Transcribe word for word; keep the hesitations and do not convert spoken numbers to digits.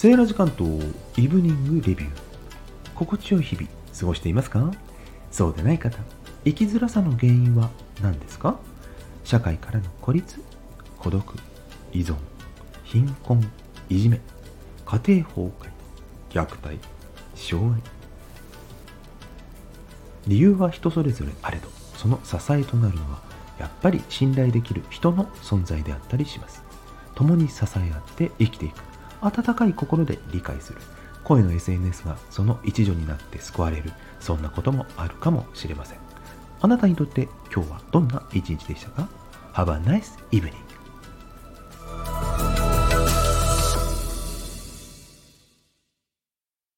セーラー時間とイブニングレビュー。心地よい日々過ごしていますか？そうでない方、生きづらさの原因は何ですか？社会からの孤立、孤独、依存、貧困、いじめ、家庭崩壊、虐待、障害。理由は人それぞれあれど、その支えとなるのはやっぱり信頼できる人の存在であったりします。共に支え合って生きていく、温かい心で理解する、声の エスエヌエス がその一助になって救われる、そんなこともあるかもしれません。あなたにとって今日はどんな一日でしたか？ Have a nice evening.